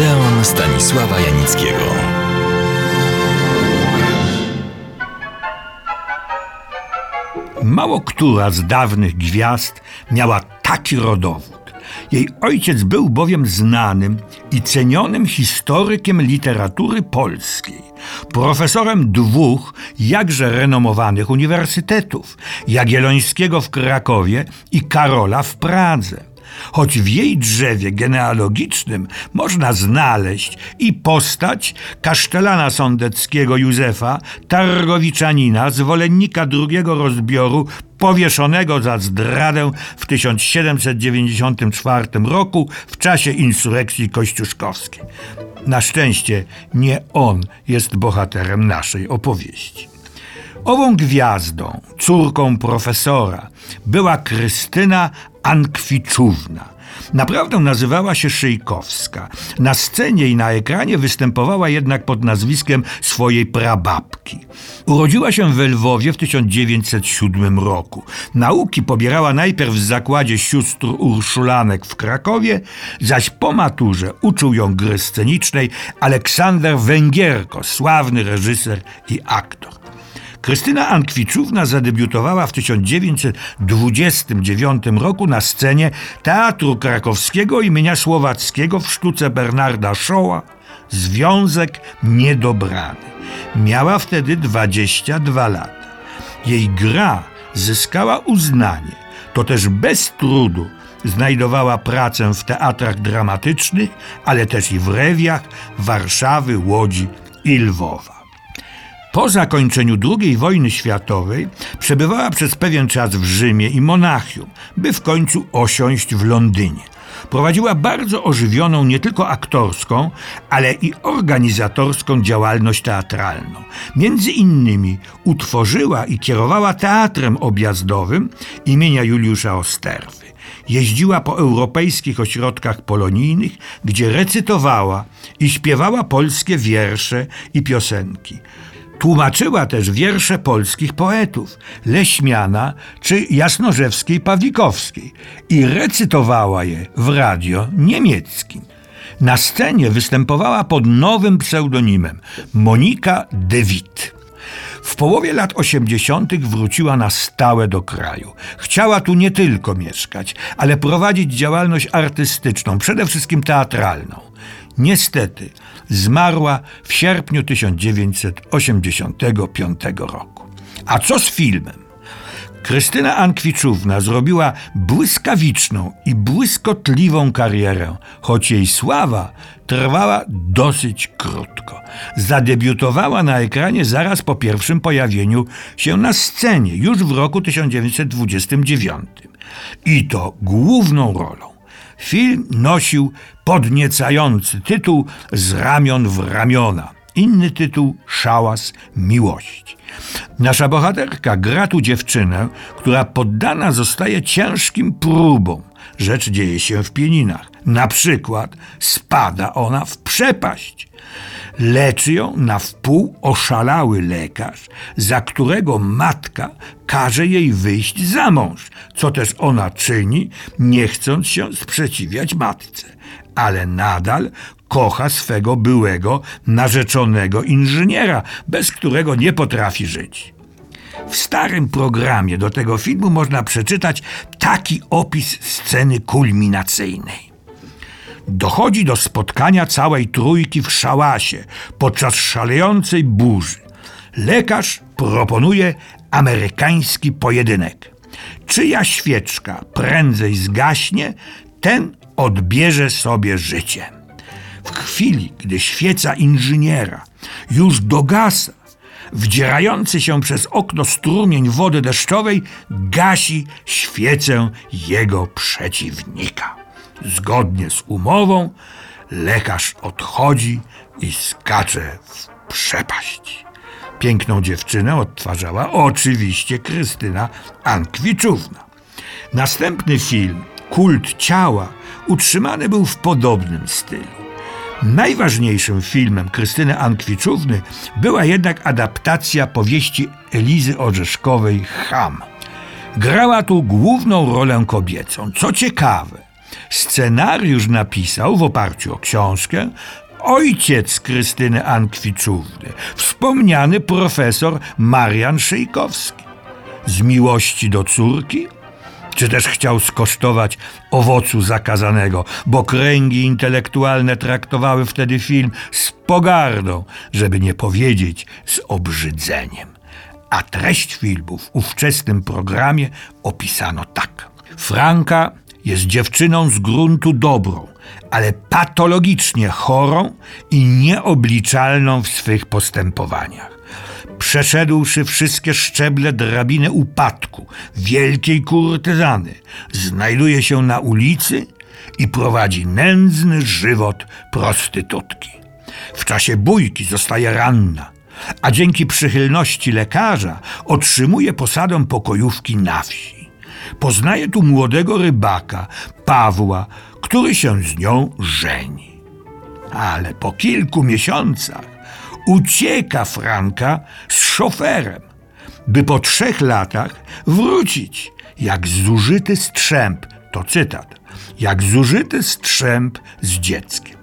Odeon Stanisława Janickiego. Mało która z dawnych gwiazd miała taki rodowód. Jej ojciec był bowiem znanym i cenionym historykiem literatury polskiej, profesorem dwóch jakże renomowanych uniwersytetów, Jagiellońskiego w Krakowie i Karola w Pradze. Choć w jej drzewie genealogicznym można znaleźć i postać kasztelana sądeckiego Józefa, targowiczanina, zwolennika drugiego rozbioru, powieszonego za zdradę w 1794 roku w czasie insurekcji kościuszkowskiej. Na szczęście nie on jest bohaterem naszej opowieści. Ową gwiazdą, córką profesora, była Krystyna Ankwiczówna. Naprawdę nazywała się Szyjkowska. Na scenie i na ekranie występowała jednak pod nazwiskiem swojej prababki. Urodziła się we Lwowie w 1907 roku. Nauki pobierała najpierw w zakładzie sióstr Urszulanek w Krakowie, zaś po maturze uczył ją gry scenicznej Aleksander Węgierko, sławny reżyser i aktor. Krystyna Ankwiczówna zadebiutowała w 1929 roku na scenie Teatru Krakowskiego imienia Słowackiego w sztuce Bernarda Shaw'a Związek Niedobrany. Miała wtedy 22 lata. Jej gra zyskała uznanie. To też bez trudu znajdowała pracę w teatrach dramatycznych, ale też i w rewiach Warszawy, Łodzi i Lwowa. Po zakończeniu II wojny światowej przebywała przez pewien czas w Rzymie i Monachium, by w końcu osiąść w Londynie. Prowadziła bardzo ożywioną nie tylko aktorską, ale i organizatorską działalność teatralną. Między innymi utworzyła i kierowała Teatrem Objazdowym imienia Juliusza Osterwy. Jeździła po europejskich ośrodkach polonijnych, gdzie recytowała i śpiewała polskie wiersze i piosenki. Tłumaczyła też wiersze polskich poetów, Leśmiana czy Jasnorzewskiej-Pawlikowskiej i recytowała je w radio niemieckim. Na scenie występowała pod nowym pseudonimem Monika de Witt. W połowie lat 80. wróciła na stałe do kraju. Chciała tu nie tylko mieszkać, ale prowadzić działalność artystyczną, przede wszystkim teatralną. Niestety zmarła w sierpniu 1985 roku. A co z filmem? Krystyna Ankwiczówna zrobiła błyskawiczną i błyskotliwą karierę, choć jej sława trwała dosyć krótko. Zadebiutowała na ekranie zaraz po pierwszym pojawieniu się na scenie, już w roku 1929. I to główną rolą. Film nosił podniecający tytuł Z ramion w ramiona. Inny tytuł Szałas miłości. Nasza bohaterka gra tu dziewczynę, która poddana zostaje ciężkim próbom. Rzecz dzieje się w Pieninach. Na przykład spada ona w przepaść. Leczy ją na wpół oszalały lekarz, za którego matka każe jej wyjść za mąż, co też ona czyni, nie chcąc się sprzeciwiać matce. Ale nadal kocha swego byłego narzeczonego inżyniera, bez którego nie potrafi żyć. W starym programie do tego filmu można przeczytać taki opis sceny kulminacyjnej. Dochodzi do spotkania całej trójki w szałasie podczas szalejącej burzy. Lekarz proponuje amerykański pojedynek. Czyja świeczka prędzej zgaśnie, ten odbierze sobie życie. W chwili, gdy świeca inżyniera już dogasa, wdzierający się przez okno strumień wody deszczowej gasi świecę jego przeciwnika. Zgodnie z umową lekarz odchodzi i skacze w przepaść. Piękną dziewczynę odtwarzała oczywiście Krystyna Ankwiczówna. Następny film, Kult ciała, utrzymany był w podobnym stylu. Najważniejszym filmem Krystyny Ankwiczówny była jednak adaptacja powieści Elizy Orzeszkowej Cham. Grała tu główną rolę kobiecą. Co ciekawe, Scenariusz napisał w oparciu o książkę ojciec Krystyny Ankwicówny, wspomniany profesor Marian Szejkowski. Z miłości do córki? Czy też chciał skosztować owocu zakazanego, bo kręgi intelektualne traktowały wtedy film z pogardą, żeby nie powiedzieć z obrzydzeniem. A treść filmu w ówczesnym programie opisano tak. Franka jest dziewczyną z gruntu dobrą, ale patologicznie chorą i nieobliczalną w swych postępowaniach. Przeszedłszy wszystkie szczeble drabiny upadku wielkiej kurtyzany, znajduje się na ulicy i prowadzi nędzny żywot prostytutki. W czasie bójki zostaje ranna, a dzięki przychylności lekarza otrzymuje posadę pokojówki na wsi. Poznaje tu młodego rybaka, Pawła, który się z nią żeni. Ale po kilku miesiącach ucieka Franka z szoferem, by po 3 latach wrócić jak zużyty strzęp, to cytat, jak zużyty strzęp z dzieckiem.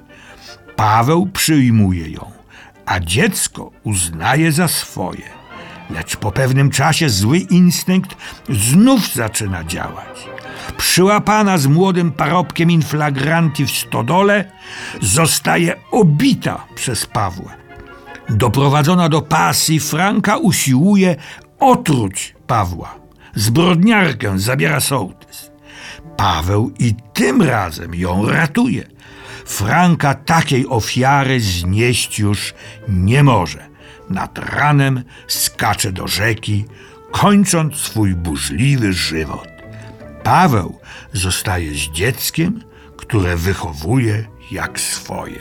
Paweł przyjmuje ją, a dziecko uznaje za swoje. Lecz po pewnym czasie zły instynkt znów zaczyna działać. Przyłapana z młodym parobkiem in flagranti w stodole, zostaje obita przez Pawła. Doprowadzona do pasji, Franka usiłuje otruć Pawła. Zbrodniarkę zabiera sołtys. Paweł i tym razem ją ratuje. Franka takiej ofiary znieść już nie może. Nad ranem skacze do rzeki, kończąc swój burzliwy żywot. Paweł zostaje z dzieckiem, które wychowuje jak swoje.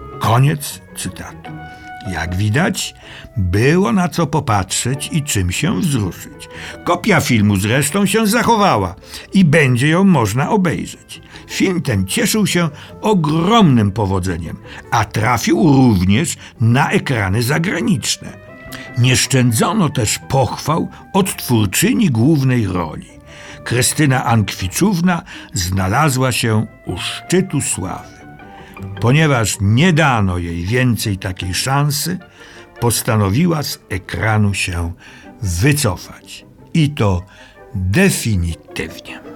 Koniec cytatu. Jak widać, było na co popatrzeć i czym się wzruszyć. Kopia filmu zresztą się zachowała i będzie ją można obejrzeć. Film ten cieszył się ogromnym powodzeniem, a trafił również na ekrany zagraniczne. Nie szczędzono też pochwał od twórczyni głównej roli. Krystyna Ankwicówna znalazła się u szczytu sławy. Ponieważ nie dano jej więcej takiej szansy, postanowiła z ekranu się wycofać. I to definitywnie.